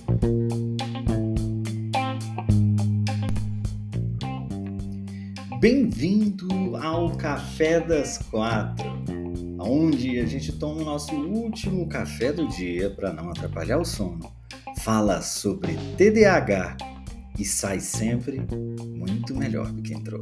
Bem-vindo ao Café das 4, onde a gente toma o nosso último café do dia para não atrapalhar o sono, fala sobre TDAH e sai sempre muito melhor do que entrou.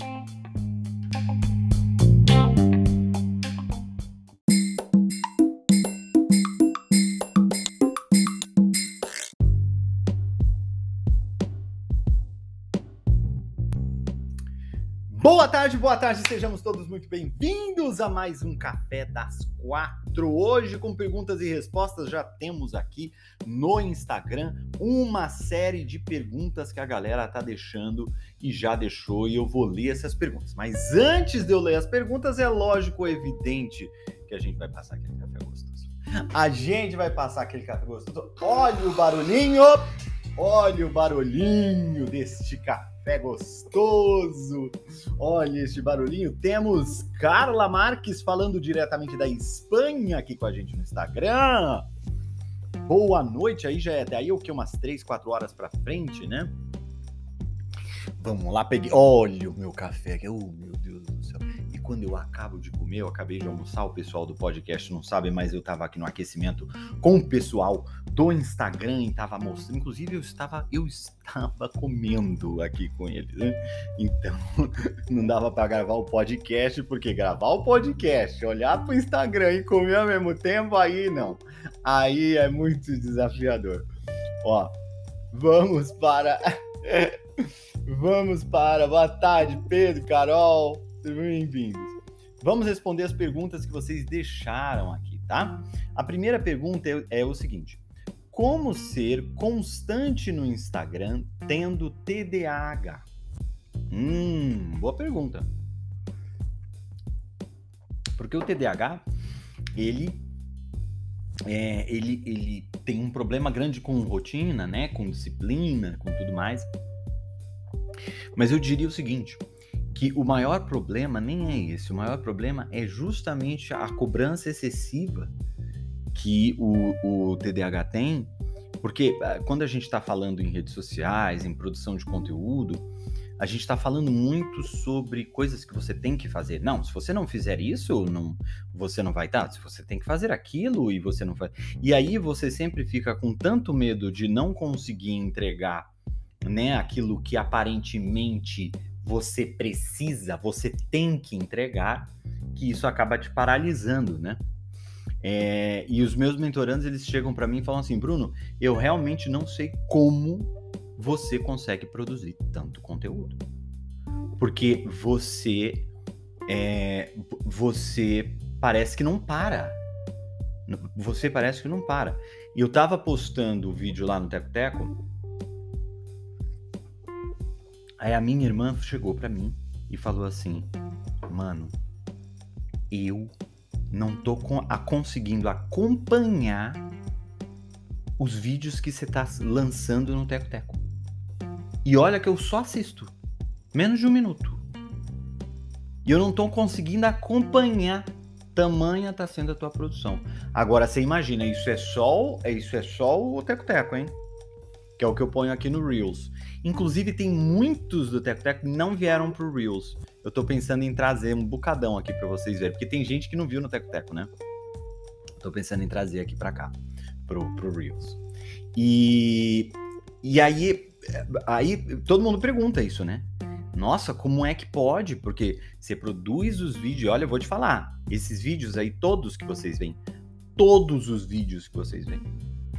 Boa tarde, sejamos todos muito bem-vindos a mais um Café das 4. Hoje, com perguntas e respostas, já temos aqui no Instagram uma série de perguntas que a galera tá deixando e já deixou, e eu vou ler essas perguntas. Mas antes de eu ler as perguntas, é lógico, evidente, que a gente vai passar aquele café gostoso. Olha o barulhinho deste café gostoso. Olha este barulhinho. Temos Carla Marques falando diretamente da Espanha aqui com a gente no Instagram. Boa noite. Aí já é daí o que? Umas 3, 4 horas pra frente, né? Vamos lá, peguei. Olha o meu café aqui. Oh, meu Deus do céu. E quando eu acabo de comer, eu acabei de almoçar, o pessoal do podcast não sabe, mas eu tava aqui no aquecimento com o pessoal do Instagram e tava mostrando. Inclusive, eu estava comendo aqui com eles, né? Então, não dava para gravar o podcast, porque gravar o podcast, olhar pro Instagram e comer ao mesmo tempo, aí não. Aí é muito desafiador. Ó, vamos para... Boa tarde, Pedro, Carol, sejam bem-vindos. Vamos responder as perguntas que vocês deixaram aqui, tá? A primeira pergunta é o seguinte: como ser constante no Instagram tendo TDAH? Boa pergunta. Porque o TDAH, ele tem um problema grande com rotina, né? Com disciplina, com tudo mais. Mas eu diria o seguinte, que o maior problema nem é esse, o maior problema é justamente a cobrança excessiva que o TDAH tem, porque quando a gente está falando em redes sociais, em produção de conteúdo, a gente está falando muito sobre coisas que você tem que fazer. Não, se você não fizer isso, você não vai estar. Se você tem que fazer aquilo e você não faz. E aí você sempre fica com tanto medo de não conseguir entregar, né, aquilo que aparentemente você precisa, você tem que entregar, que isso acaba te paralisando, né? E os meus mentorandos, eles chegam para mim e falam assim: Bruno, eu realmente não sei como você consegue produzir tanto conteúdo. Porque você parece que não para. Você parece que não para. E eu tava postando o vídeo lá no Teco Teco. Aí a minha irmã chegou pra mim e falou assim: mano, eu não tô conseguindo acompanhar os vídeos que você tá lançando no Teco Teco. E olha que eu só assisto menos de 1 minuto. E eu não tô conseguindo acompanhar. Tamanha tá sendo a tua produção. Agora você imagina, isso é só o Teco Teco, hein? Que é o que eu ponho aqui no Reels. Inclusive, tem muitos do Teco Teco que não vieram pro Reels. Eu tô pensando em trazer um bocadão aqui pra vocês verem, porque tem gente que não viu no Teco Teco, né? Tô pensando em trazer aqui pra cá, pro Reels. E aí todo mundo pergunta isso, né? Nossa, como é que pode? Porque você produz os vídeos, olha, eu vou te falar, esses vídeos aí, todos que vocês veem, todos os vídeos que vocês veem,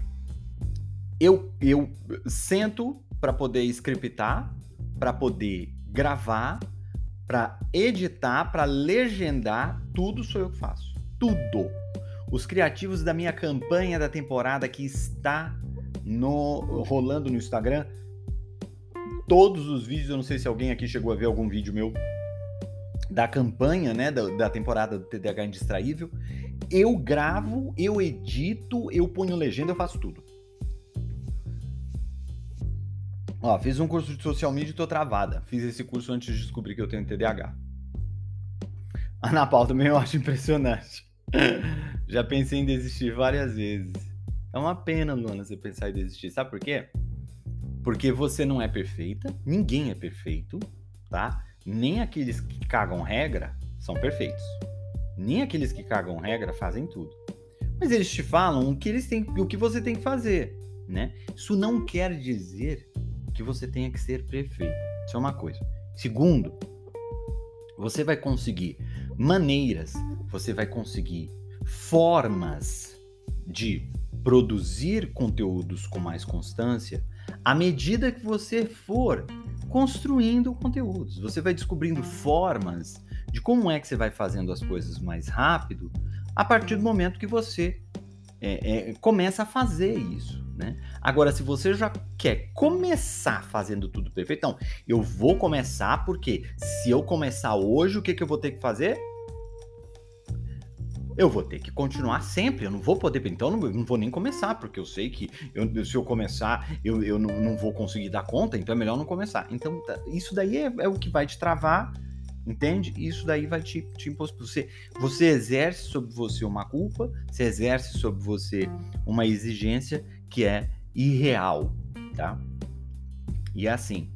eu sento para poder scriptar, para poder gravar, para editar, para legendar, tudo sou eu que faço. Tudo. Os criativos da minha campanha da temporada que está rolando no Instagram, todos os vídeos, eu não sei se alguém aqui chegou a ver algum vídeo meu da campanha, né, da temporada do TDAH Indistraível, eu gravo, eu edito, eu ponho legenda, eu faço tudo. Ó, fiz um curso de social media e tô travada. Fiz esse curso antes de descobrir que eu tenho TDAH. A Ana Paula também eu acho impressionante. Já pensei em desistir várias vezes. É uma pena, Luana, você pensar em desistir. Sabe por quê? Porque você não é perfeita, ninguém é perfeito, tá? Nem aqueles que cagam regra são perfeitos. Nem aqueles que cagam regra fazem tudo. Mas eles te falam o que você tem que fazer, né? Isso não quer dizer que você tenha que ser perfeito. Isso é uma coisa. Segundo, você vai conseguir maneiras, você vai conseguir formas de produzir conteúdos com mais constância à medida que você for construindo conteúdos. Você vai descobrindo formas de como é que você vai fazendo as coisas mais rápido a partir do momento que você começa a fazer isso, né? Agora, se você já quer começar fazendo tudo perfeito, então, eu vou começar porque se eu começar hoje, o que eu vou ter que fazer? Eu vou ter que continuar sempre, eu não vou poder, então eu não vou nem começar, porque eu sei que se eu começar, eu não vou conseguir dar conta, então é melhor não começar. Então, isso daí é o que vai te travar, entende? Isso daí vai te impossibilitar. Você exerce sobre você uma culpa, você exerce sobre você uma exigência que é irreal, tá? E é assim,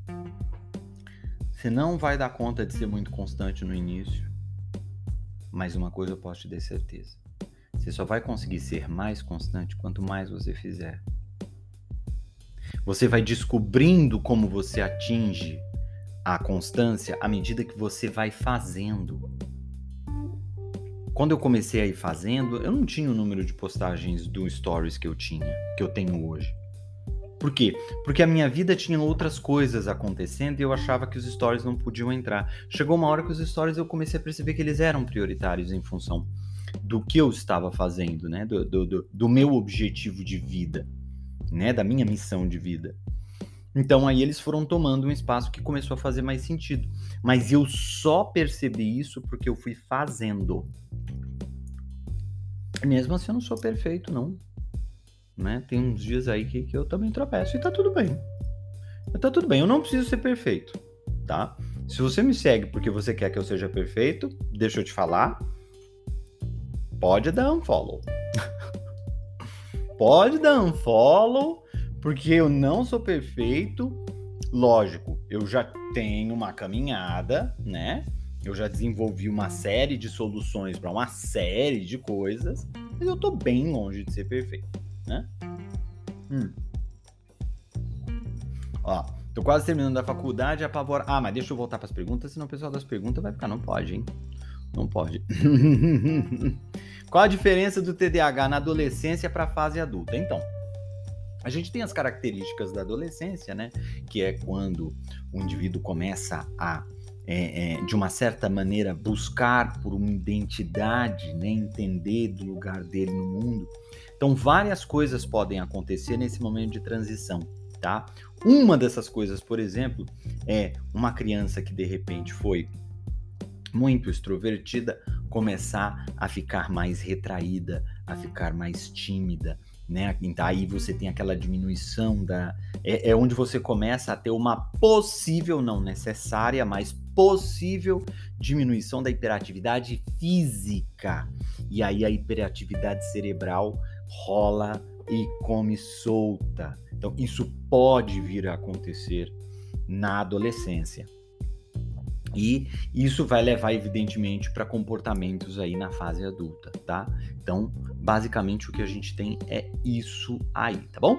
você não vai dar conta de ser muito constante no início, mas uma coisa eu posso te dar certeza. Você só vai conseguir ser mais constante quanto mais você fizer. Você vai descobrindo como você atinge a constância à medida que você vai fazendo. Quando eu comecei a ir fazendo, eu não tinha o número de postagens do Stories que eu tenho hoje. Por quê? Porque a minha vida tinha outras coisas acontecendo e eu achava que os stories não podiam entrar. Chegou uma hora que os stories eu comecei a perceber que eles eram prioritários em função do que eu estava fazendo, né? Do meu objetivo de vida, né? Da minha missão de vida. Então aí eles foram tomando um espaço que começou a fazer mais sentido. Mas eu só percebi isso porque eu fui fazendo. Mesmo assim eu não sou perfeito, não. Né? Tem uns dias aí que eu também tropeço e tá tudo bem. Tá tudo bem, eu não preciso ser perfeito, tá? Se você me segue porque você quer que eu seja perfeito, deixa eu te falar, pode dar unfollow. Pode dar unfollow, porque eu não sou perfeito. Lógico, eu já tenho uma caminhada, né? Eu já desenvolvi uma série de soluções para uma série de coisas, mas eu tô bem longe de ser perfeito, né? Ó, tô quase terminando a faculdade, apavora. Ah, mas deixa eu voltar para as perguntas, senão o pessoal das perguntas vai ficar. Não pode, hein? Não pode. Qual a diferença do TDAH na adolescência para a fase adulta? Então, a gente tem as características da adolescência, né? Que é quando o indivíduo começa a, de uma certa maneira, buscar por uma identidade, né? Entender do lugar dele no mundo. Então, várias coisas podem acontecer nesse momento de transição, tá? Uma dessas coisas, por exemplo, é uma criança que de repente foi muito extrovertida começar a ficar mais retraída, a ficar mais tímida, né? Então, aí você tem aquela diminuição é onde você começa a ter uma possível, não necessária, mas possível diminuição da hiperatividade física. E aí a hiperatividade cerebral rola e come solta. Então, isso pode vir a acontecer na adolescência. E isso vai levar, evidentemente, para comportamentos aí na fase adulta, tá? Então, basicamente, o que a gente tem é isso aí, tá bom?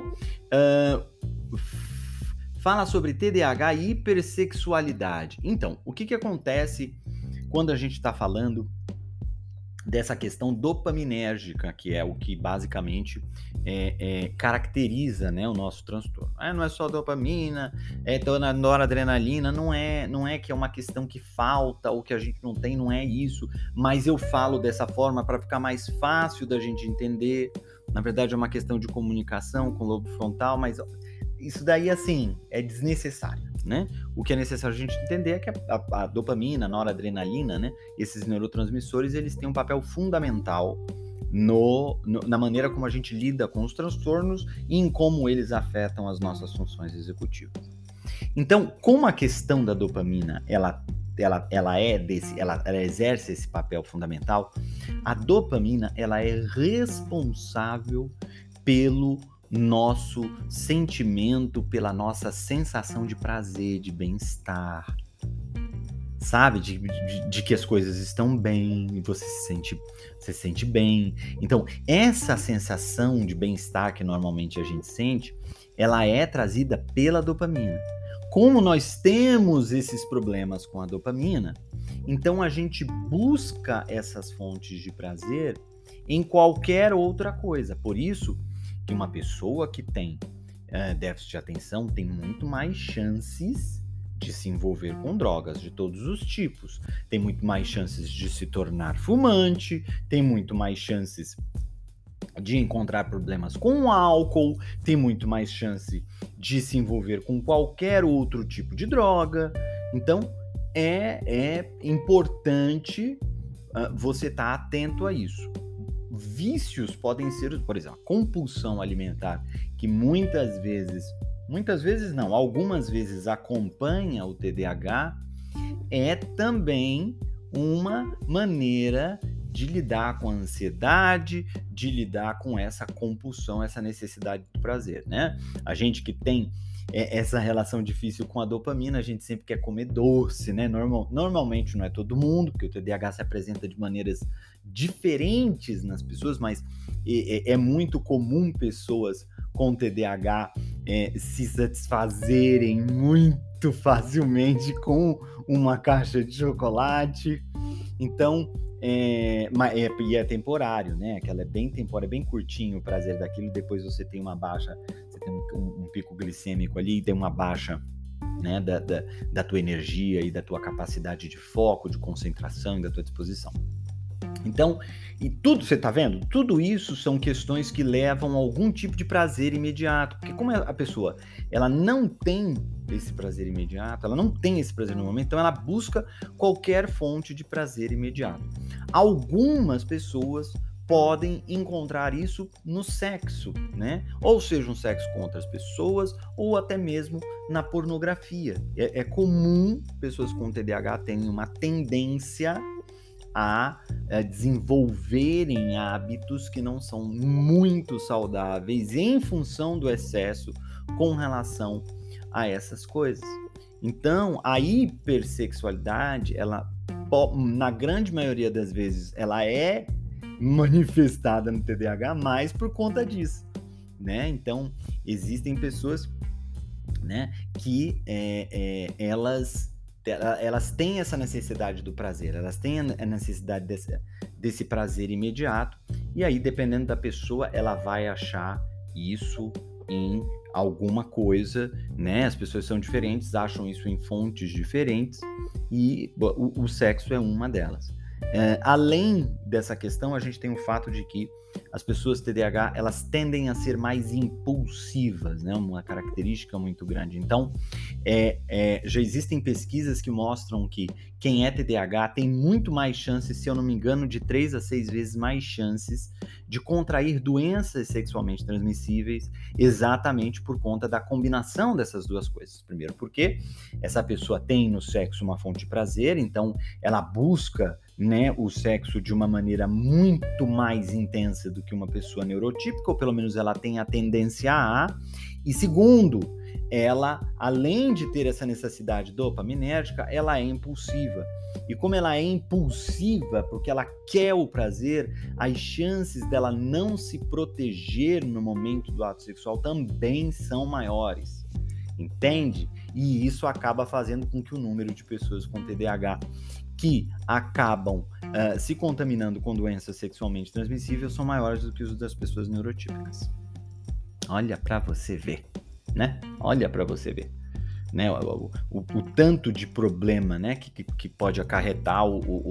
Fala sobre TDAH e hipersexualidade. Então, o que acontece quando a gente está falando dessa questão dopaminérgica, que é o que basicamente caracteriza, né, o nosso transtorno. Não é só dopamina, noradrenalina, não é que é uma questão que falta ou que a gente não tem, não é isso, mas eu falo dessa forma para ficar mais fácil da gente entender. Na verdade é uma questão de comunicação com o lobo frontal, mas isso daí, assim, é desnecessário, né? O que é necessário a gente entender é que a dopamina, a noradrenalina, né? Esses neurotransmissores, eles têm um papel fundamental na maneira como a gente lida com os transtornos e em como eles afetam as nossas funções executivas. Então, como a questão da dopamina, ela exerce esse papel fundamental, a dopamina, ela é responsável pelo nosso sentimento, pela nossa sensação de prazer, de bem-estar, sabe? De que as coisas estão bem, e você se sente bem. Então, essa sensação de bem-estar que normalmente a gente sente, ela é trazida pela dopamina. Como nós temos esses problemas com a dopamina, então a gente busca essas fontes de prazer em qualquer outra coisa. Por isso que uma pessoa que tem déficit de atenção tem muito mais chances de se envolver com drogas de todos os tipos. Tem muito mais chances de se tornar fumante, tem muito mais chances de encontrar problemas com o álcool, tem muito mais chance de se envolver com qualquer outro tipo de droga. Então, é importante você estar atento a isso. Vícios podem ser, por exemplo, a compulsão alimentar, que algumas vezes acompanha o TDAH, é também uma maneira de lidar com a ansiedade, de lidar com essa compulsão, essa necessidade de prazer, né? A gente que tem essa relação difícil com a dopamina, a gente sempre quer comer doce, né? Normalmente não é todo mundo, porque o TDAH se apresenta de maneiras diferentes nas pessoas, mas é muito comum pessoas com TDAH se satisfazerem muito facilmente com uma caixa de chocolate. Então, e é temporário, né? Aquela é bem temporária, é bem curtinho o prazer daquilo, depois você tem uma baixa, você tem um pico glicêmico ali, tem uma baixa, né, da tua energia e da tua capacidade de foco, de concentração e da tua disposição. Então, e tudo, você tá vendo? Tudo isso são questões que levam a algum tipo de prazer imediato, porque como a pessoa, ela não tem esse prazer imediato, ela não tem esse prazer no momento, então ela busca qualquer fonte de prazer imediato. Algumas pessoas podem encontrar isso no sexo, né? Ou seja, um sexo com outras pessoas, ou até mesmo na pornografia. É comum pessoas com TDAH terem uma tendência a desenvolverem hábitos que não são muito saudáveis em função do excesso com relação a essas coisas. Então, a hipersexualidade, ela, na grande maioria das vezes, ela é manifestada no TDAH mais por conta disso, né? Então, existem pessoas, né, que elas têm essa necessidade do prazer, elas têm a necessidade desse prazer imediato, e aí, dependendo da pessoa, ela vai achar isso em alguma coisa, né? As pessoas são diferentes, acham isso em fontes diferentes, e o sexo é uma delas. Além dessa questão, a gente tem o fato de que as pessoas TDAH, elas tendem a ser mais impulsivas, né? Uma característica muito grande. Então, já existem pesquisas que mostram que quem é TDAH tem muito mais chances, se eu não me engano, de 3 a 6 vezes mais chances de contrair doenças sexualmente transmissíveis, exatamente por conta da combinação dessas duas coisas. Primeiro, porque essa pessoa tem no sexo uma fonte de prazer, então ela busca, né, o sexo de uma maneira muito mais intensa do que uma pessoa neurotípica, ou pelo menos ela tem a tendência a. E segundo, ela, além de ter essa necessidade dopaminérgica, ela é impulsiva. E como ela é impulsiva, porque ela quer o prazer, as chances dela não se proteger no momento do ato sexual também são maiores. Entende? E isso acaba fazendo com que o número de pessoas com TDAH que acabam se contaminando com doenças sexualmente transmissíveis são maiores do que os das pessoas neurotípicas. Olha para você ver, né? Olha para você ver, né? O tanto de problema, né, que pode acarretar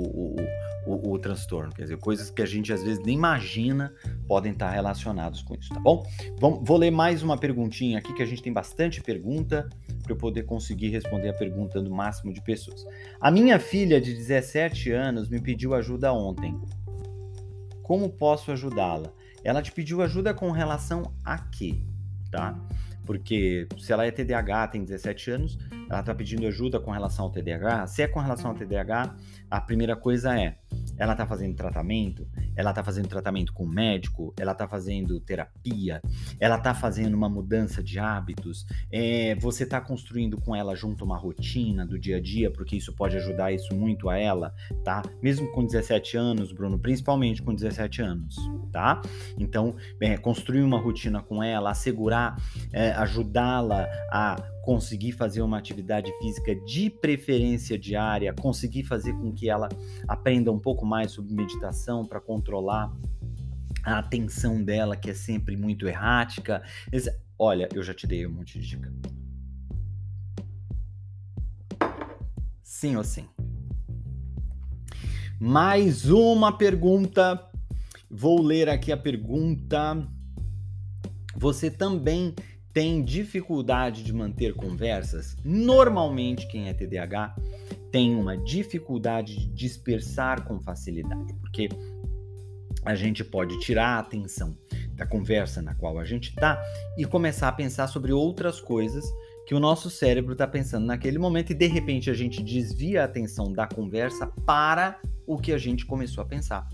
o transtorno. Quer dizer, coisas que a gente às vezes nem imagina podem estar relacionadas com isso, tá bom? Vou ler mais uma perguntinha aqui, que a gente tem bastante pergunta, para eu poder conseguir responder a pergunta do máximo de pessoas. A minha filha de 17 anos me pediu ajuda ontem. Como posso ajudá-la? Ela te pediu ajuda com relação a quê? Tá? Porque se ela é TDAH, tem 17 anos, ela está pedindo ajuda com relação ao TDAH. Se é com relação ao TDAH, a primeira coisa é, ela tá fazendo tratamento, ela tá fazendo tratamento com médico, ela tá fazendo terapia, ela tá fazendo uma mudança de hábitos, você tá construindo com ela junto uma rotina do dia a dia, porque isso pode ajudar isso muito a ela, tá? Mesmo com 17 anos, Bruno, principalmente com 17 anos, tá? Então, construir uma rotina com ela, assegurar, ajudá-la a conseguir fazer uma atividade física de preferência diária, conseguir fazer com que ela aprenda um pouco mais sobre meditação para controlar a atenção dela, que é sempre muito errática. Olha, eu já te dei um monte de dica. Sim ou sim? Mais uma pergunta. Vou ler aqui a pergunta. Você também tem dificuldade de manter conversas? Normalmente, quem é TDAH tem uma dificuldade de dispersar com facilidade, porque a gente pode tirar a atenção da conversa na qual a gente está e começar a pensar sobre outras coisas que o nosso cérebro está pensando naquele momento e, de repente, a gente desvia a atenção da conversa para o que a gente começou a pensar.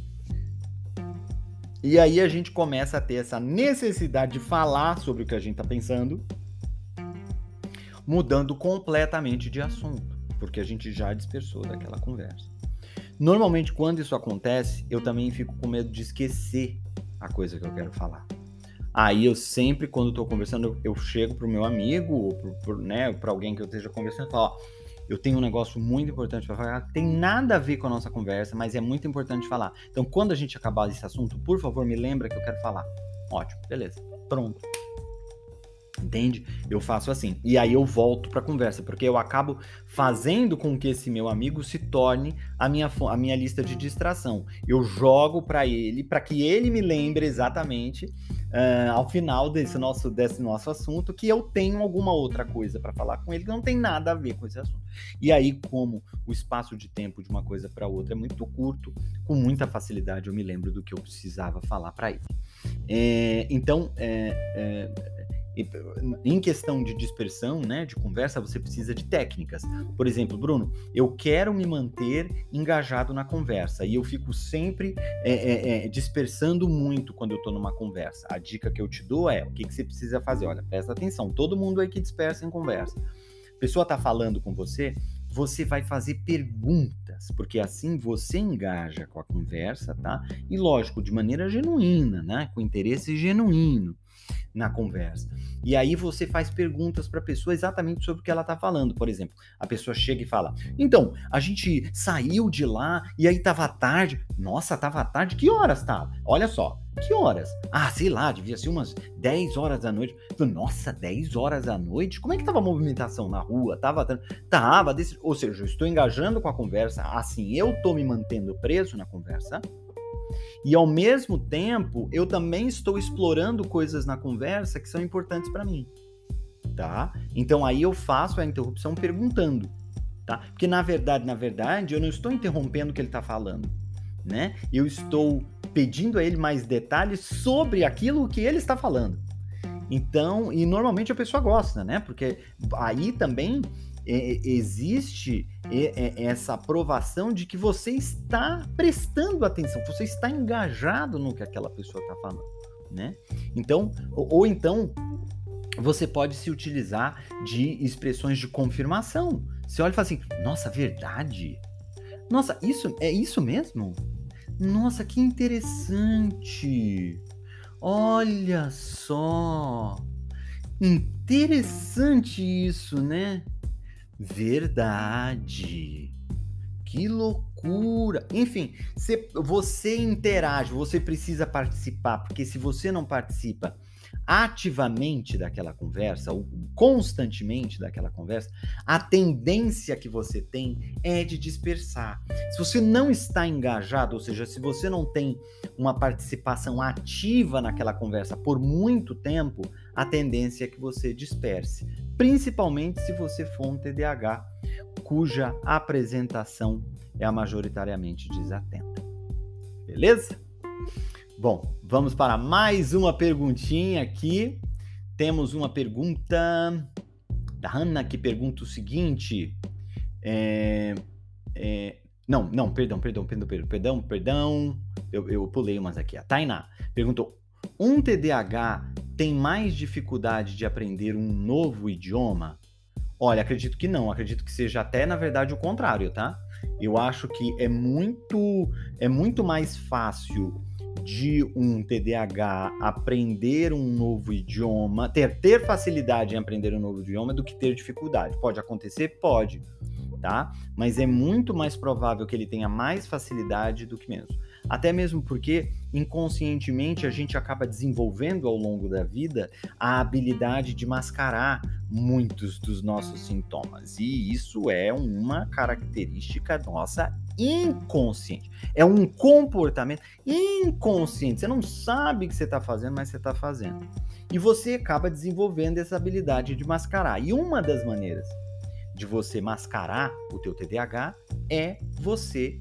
E aí a gente começa a ter essa necessidade de falar sobre o que a gente está pensando, mudando completamente de assunto, porque a gente já dispersou daquela conversa. Normalmente, quando isso acontece, eu também fico com medo de esquecer a coisa que eu quero falar. Aí eu sempre, quando estou conversando, eu chego para o meu amigo ou para alguém que eu esteja conversando e falo, eu tenho um negócio muito importante para falar, tem nada a ver com a nossa conversa, mas é muito importante falar. Então, quando a gente acabar esse assunto, por favor, me lembra que eu quero falar. Ótimo, beleza, pronto. Entende? Eu faço assim. E aí eu volto para a conversa, porque eu acabo fazendo com que esse meu amigo se torne a minha lista de distração. Eu jogo para ele, para que ele me lembre exatamente ao final desse nosso assunto, que eu tenho alguma outra coisa para falar com ele que não tem nada a ver com esse assunto. E aí, como o espaço de tempo de uma coisa para outra é muito curto, com muita facilidade eu me lembro do que eu precisava falar para ele. Então, em questão de dispersão, né, de conversa, você precisa de técnicas. Por exemplo, Bruno, eu quero me manter engajado na conversa e eu fico sempre dispersando muito quando eu estou numa conversa. A dica que eu te dou é, o que você precisa fazer? Olha, presta atenção, todo mundo aí que dispersa em conversa. A pessoa está falando com você, você vai fazer perguntas, porque assim você engaja com a conversa, tá? E lógico, de maneira genuína, né? Com interesse genuíno na conversa. E aí você faz perguntas para a pessoa exatamente sobre o que ela está falando. Por exemplo, a pessoa chega e fala, então, a gente saiu de lá e aí tava tarde. Nossa, tava tarde? Que horas tava? Olha só, que horas? Ah, sei lá, devia ser umas 10 horas da noite. Nossa, 10 horas da noite? Como é que tava a movimentação na rua? Ou seja, eu estou engajando com a conversa, assim eu tô me mantendo preso na conversa. E ao mesmo tempo, eu também estou explorando coisas na conversa que são importantes para mim, tá? Então aí eu faço a interrupção perguntando, tá? Porque na verdade, eu não estou interrompendo o que ele está falando, né? Eu estou pedindo a ele mais detalhes sobre aquilo que ele está falando. Então, e normalmente a pessoa gosta, né? Porque aí também existe essa aprovação de que você está prestando atenção, você está engajado no que aquela pessoa está falando, né? Então, ou então, você pode se utilizar de expressões de confirmação. Você olha e fala assim, nossa, verdade? Nossa, é isso mesmo? Nossa, que interessante! Olha só! Interessante isso, né? Verdade. Que loucura. Enfim, você interage, você precisa participar, porque se você não participa ativamente daquela conversa, ou constantemente daquela conversa, a tendência que você tem é de dispersar. Se você não está engajado, ou seja, se você não tem uma participação ativa naquela conversa por muito tempo, a tendência é que você disperse. Principalmente se você for um TDAH, cuja apresentação é a majoritariamente desatenta. Beleza? Bom, vamos para mais uma perguntinha aqui. Temos uma pergunta da Hannah que pergunta o seguinte: Não, perdão. Eu pulei umas aqui. A Tainá perguntou: um TDAH tem mais dificuldade de aprender um novo idioma? Olha, acredito que não. Acredito que seja até, na verdade, o contrário, tá? Eu acho que é muito mais fácil de um TDAH aprender um novo idioma, ter facilidade em aprender um novo idioma do que ter dificuldade. Pode acontecer? Pode, tá? Mas é muito mais provável que ele tenha mais facilidade do que menos. Até mesmo porque, inconscientemente, a gente acaba desenvolvendo ao longo da vida a habilidade de mascarar muitos dos nossos sintomas. E isso é uma característica nossa inconsciente. É um comportamento inconsciente. Você não sabe o que você está fazendo, mas você está fazendo. E você acaba desenvolvendo essa habilidade de mascarar. E uma das maneiras de você mascarar o teu TDAH é você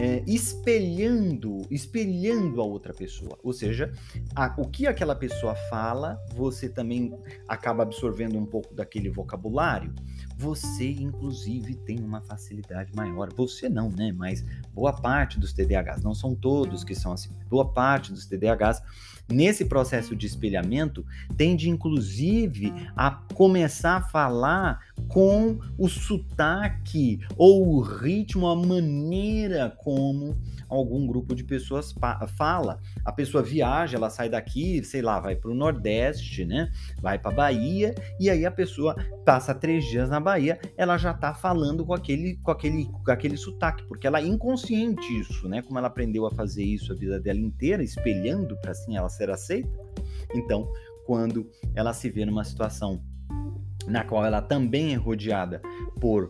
espelhando a outra pessoa. Ou seja, o que aquela pessoa fala, você também acaba absorvendo um pouco daquele vocabulário. Você, inclusive, tem uma facilidade maior. Você não, né? Mas boa parte dos TDAHs, não são todos que são assim, boa parte dos TDAHs, nesse processo de espelhamento, tende, inclusive, a começar a falar com o sotaque ou o ritmo, a maneira como algum grupo de pessoas fala. A pessoa viaja, ela sai daqui, sei lá, vai para o Nordeste, né? Vai para a Bahia, e aí a pessoa passa 3 dias na Bahia, ela já está falando com aquele sotaque, porque ela é inconsciente isso, né? Como ela aprendeu a fazer isso a vida dela inteira, espelhando para assim ela ser aceita. Então, quando ela se vê numa situação na qual ela também é rodeada por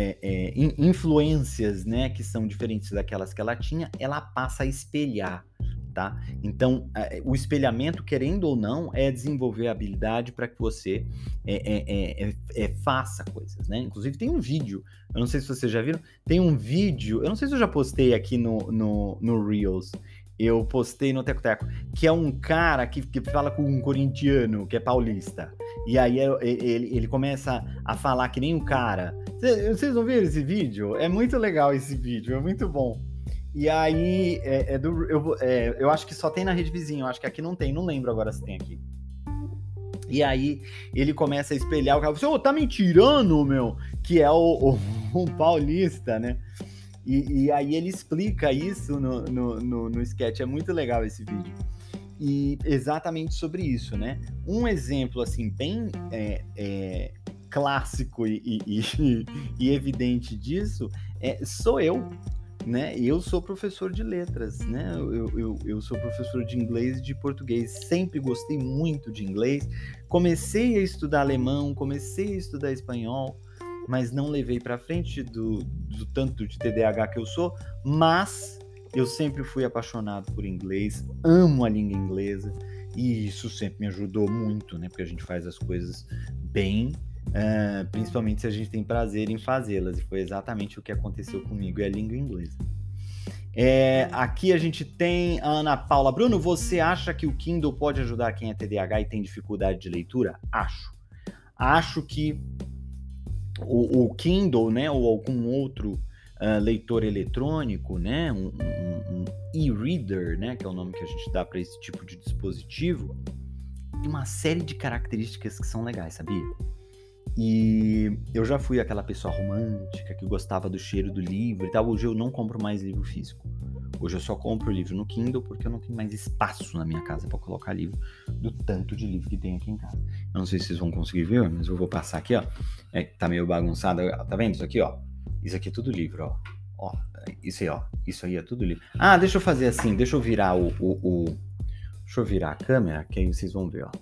influências, né, que são diferentes daquelas que ela tinha, ela passa a espelhar, tá? Então, o espelhamento, querendo ou não, é desenvolver a habilidade para que você faça coisas, né? Inclusive, tem um vídeo, eu não sei se vocês já viram, tem um vídeo, eu não sei se eu já postei aqui no Reels, eu postei no Teco Teco, que é um cara que fala com um corintiano, que é paulista. E aí ele começa a falar que nem um cara. Vocês não viram esse vídeo? É muito legal esse vídeo, é muito bom. E aí, eu acho que só tem na rede vizinha, eu acho que aqui não tem, não lembro agora se tem aqui. E aí ele começa a espelhar o cara, você tá me tirando, meu? Que é o paulista, né? E aí ele explica isso no sketch, é muito legal esse vídeo. E exatamente sobre isso, né? Um exemplo, assim, bem clássico e evidente disso sou eu, né? Eu sou professor de letras, né? Eu sou professor de inglês e de português, sempre gostei muito de inglês, comecei a estudar alemão, comecei a estudar espanhol, mas não levei para frente do tanto de TDAH que eu sou, mas eu sempre fui apaixonado por inglês, amo a língua inglesa, e isso sempre me ajudou muito, né? Porque a gente faz as coisas bem, principalmente se a gente tem prazer em fazê-las, e foi exatamente o que aconteceu comigo e a língua inglesa. Aqui a gente tem a Ana Paula. Bruno, você acha que o Kindle pode ajudar quem é TDAH e tem dificuldade de leitura? Acho que o Kindle, né, ou algum outro leitor eletrônico, né, um e-reader, né, que é o nome que a gente dá para esse tipo de dispositivo, tem uma série de características que são legais, sabia? E eu já fui aquela pessoa romântica que gostava do cheiro do livro e tal. Hoje eu não compro mais livro físico. Hoje eu só compro livro no Kindle porque eu não tenho mais espaço na minha casa para colocar livro do tanto de livro que tem aqui em casa. Eu não sei se vocês vão conseguir ver, mas eu vou passar aqui, ó. Tá meio bagunçado. Tá vendo isso aqui, ó? Isso aqui é tudo livro, ó. Ó, isso aí, ó. Isso aí é tudo livro. Ah, deixa eu fazer assim. Deixa eu virar Deixa eu virar a câmera, que aí vocês vão ver, ó.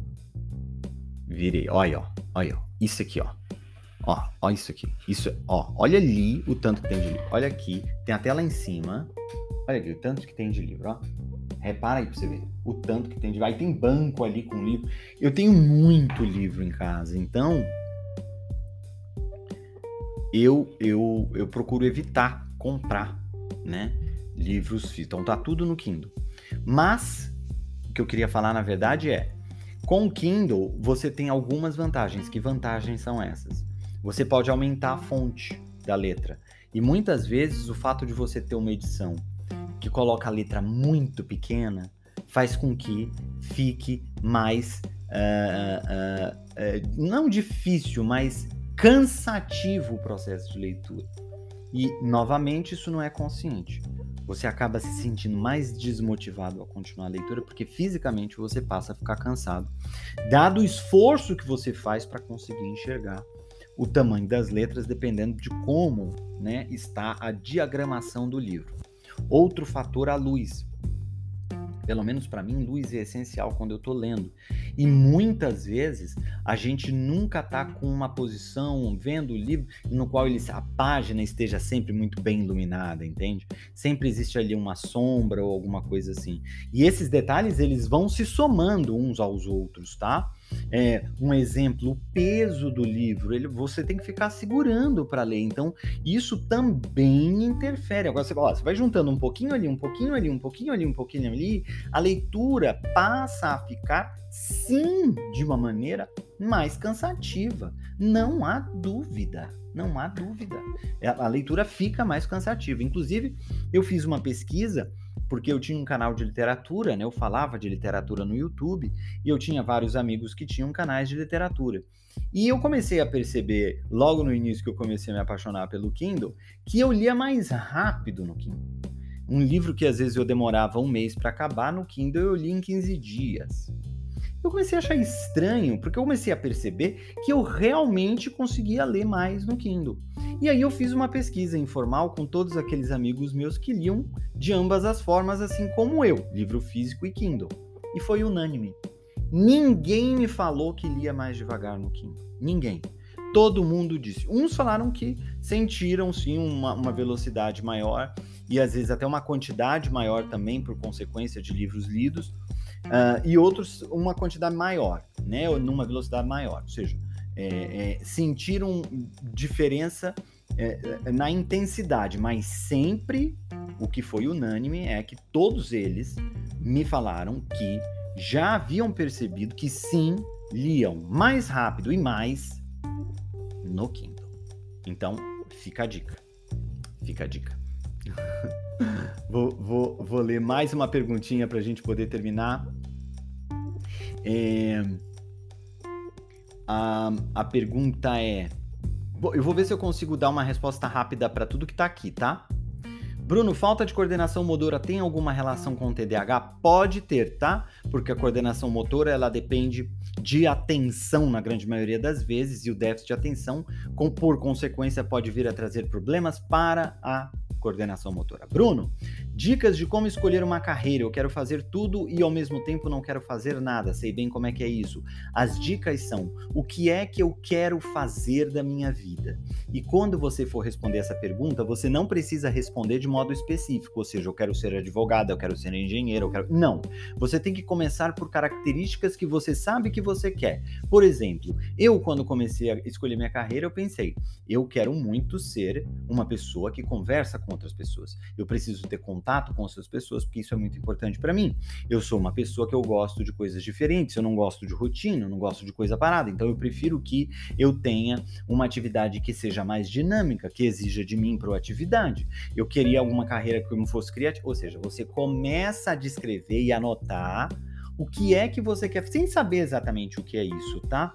Virei. Olha, ó. Olha, ó. Isso aqui, ó. Ó isso aqui. Isso, ó. Olha ali o tanto que tem de livro. Olha aqui. Tem até lá em cima. Olha aqui o tanto que tem de livro, ó. Repara aí pra você ver. O tanto que tem de livro. Aí tem banco ali com livro. Eu tenho muito livro em casa. Então, eu procuro evitar comprar, né? Livros físicos. Então tá tudo no Kindle. Mas, o que eu queria falar, na verdade, com o Kindle, você tem algumas vantagens. Que vantagens são essas? Você pode aumentar a fonte da letra. E muitas vezes o fato de você ter uma edição que coloca a letra muito pequena faz com que fique mais, não difícil, mas cansativo o processo de leitura. E, novamente, isso não é consciente. Você acaba se sentindo mais desmotivado a continuar a leitura porque fisicamente você passa a ficar cansado, dado o esforço que você faz para conseguir enxergar o tamanho das letras, dependendo de como, né, está a diagramação do livro. Outro fator, a luz. Pelo menos para mim, luz é essencial quando eu estou lendo. E muitas vezes a gente nunca está com uma posição, vendo o livro, no qual a página esteja sempre muito bem iluminada, entende? Sempre existe ali uma sombra ou alguma coisa assim. E esses detalhes, eles vão se somando uns aos outros, tá? Um exemplo, o peso do livro, você tem que ficar segurando para ler, então isso também interfere. Agora você vai juntando um pouquinho ali, um pouquinho ali, um pouquinho ali, um pouquinho ali, a leitura passa a ficar, sim, de uma maneira mais cansativa, não há dúvida. Não há dúvida. A leitura fica mais cansativa. Inclusive, eu fiz uma pesquisa porque eu tinha um canal de literatura, né? Eu falava de literatura no YouTube e eu tinha vários amigos que tinham canais de literatura. E eu comecei a perceber, logo no início que eu comecei a me apaixonar pelo Kindle, que eu lia mais rápido no Kindle. Um livro que às vezes eu demorava um mês para acabar, no Kindle eu li em 15 dias. Eu comecei a achar estranho, porque eu comecei a perceber que eu realmente conseguia ler mais no Kindle. E aí eu fiz uma pesquisa informal com todos aqueles amigos meus que liam de ambas as formas, assim como eu, livro físico e Kindle. E foi unânime. Ninguém me falou que lia mais devagar no Kindle. Ninguém. Todo mundo disse. Uns falaram que sentiram, sim, uma velocidade maior e às vezes até uma quantidade maior também por consequência de livros lidos. E outros uma quantidade maior, né, numa velocidade maior, ou seja, sentiram diferença na intensidade, mas sempre o que foi unânime é que todos eles me falaram que já haviam percebido que sim, liam mais rápido e mais no Kindle. Então, fica a dica. Fica a dica. Vou ler mais uma perguntinha para a gente poder terminar. A pergunta é... Eu vou ver se eu consigo dar uma resposta rápida para tudo que está aqui, tá? Bruno, falta de coordenação motora tem alguma relação com o TDAH? Pode ter, tá? Porque a coordenação motora, ela depende de atenção na grande maioria das vezes, e o déficit de atenção, por consequência, pode vir a trazer problemas para a coordenação motora. Bruno, dicas de como escolher uma carreira. Eu quero fazer tudo e ao mesmo tempo não quero fazer nada. Sei bem como é que é isso. As dicas são: o que é que eu quero fazer da minha vida? E quando você for responder essa pergunta, você não precisa responder de modo específico, ou seja, eu quero ser advogado, eu quero ser engenheiro, eu quero... Não. Você tem que começar por características que você sabe que você quer. Por exemplo, eu quando comecei a escolher minha carreira, eu pensei, eu quero muito ser uma pessoa que conversa com outras pessoas. Eu preciso ter contato com outras pessoas, porque isso é muito importante para mim. Eu sou uma pessoa que eu gosto de coisas diferentes, eu não gosto de rotina, eu não gosto de coisa parada, então eu prefiro que eu tenha uma atividade que seja mais dinâmica, que exija de mim proatividade. Eu queria alguma carreira que eu fosse criativa, ou seja, você começa a descrever e anotar o que é que você quer, sem saber exatamente o que é isso, tá?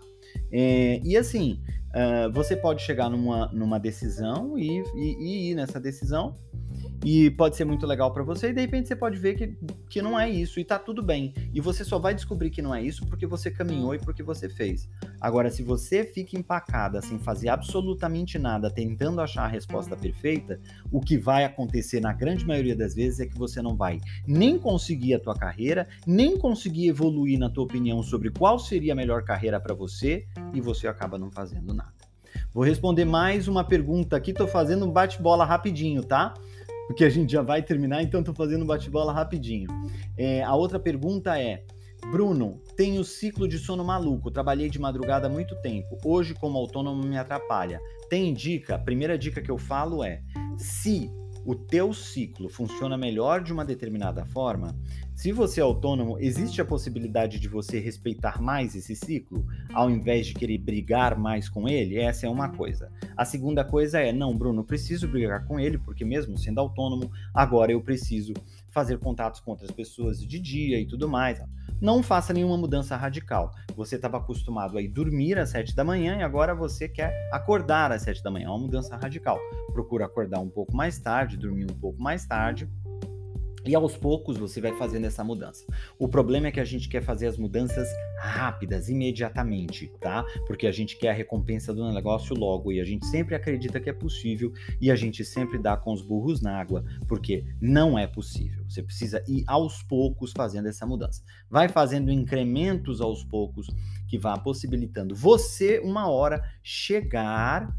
E assim, você pode chegar numa decisão e ir nessa decisão, e pode ser muito legal para você, e de repente você pode ver que não é isso, e tá tudo bem. E você só vai descobrir que não é isso porque você caminhou e porque você fez. Agora, se você fica empacada sem fazer absolutamente nada, tentando achar a resposta perfeita, o que vai acontecer na grande maioria das vezes é que você não vai nem conseguir a tua carreira, nem conseguir evoluir na tua opinião sobre qual seria a melhor carreira para você, e você acaba não fazendo nada. Vou responder mais uma pergunta aqui, tô fazendo um bate-bola rapidinho, tá? Porque a gente já vai terminar, então tô fazendo um bate-bola rapidinho. A outra pergunta é: Bruno, tenho ciclo de sono maluco, trabalhei de madrugada há muito tempo, hoje como autônomo me atrapalha. Tem dica? A primeira dica que eu falo é: se o teu ciclo funciona melhor de uma determinada forma, Se você é autônomo, existe a possibilidade de você respeitar mais esse ciclo, ao invés de querer brigar mais com ele? Essa é uma coisa. A segunda coisa é, não, Bruno, eu preciso brigar com ele, porque mesmo sendo autônomo, agora eu preciso fazer contatos com outras pessoas de dia e tudo mais. Não faça nenhuma mudança radical. Você estava acostumado a ir dormir às 7 da manhã e agora você quer acordar às 7 da manhã. É uma mudança radical. Procura acordar um pouco mais tarde, dormir um pouco mais tarde. E aos poucos você vai fazendo essa mudança. O problema é que a gente quer fazer as mudanças rápidas, imediatamente, tá? Porque a gente quer a recompensa do negócio logo e a gente sempre acredita que é possível e a gente sempre dá com os burros na água, porque não é possível. Você precisa ir aos poucos fazendo essa mudança. Vai fazendo incrementos aos poucos que vá possibilitando você, uma hora, chegar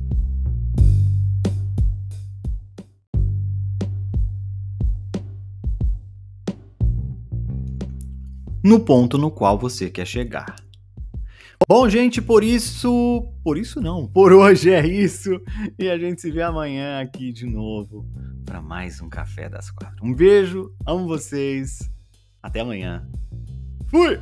no ponto no qual você quer chegar. Bom, gente, por hoje é isso. E a gente se vê amanhã aqui de novo para mais um Café das 4. Um beijo, amo vocês. Até amanhã. Fui!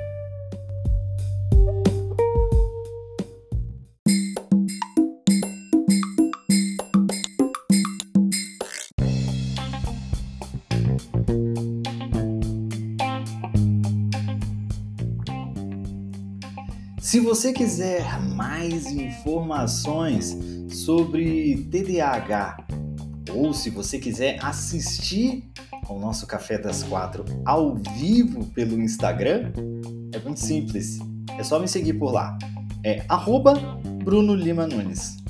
Se você quiser mais informações sobre TDAH ou se você quiser assistir ao nosso Café das 4 ao vivo pelo Instagram, é muito simples. É só me seguir por lá. É @Bruno Lima Nunes.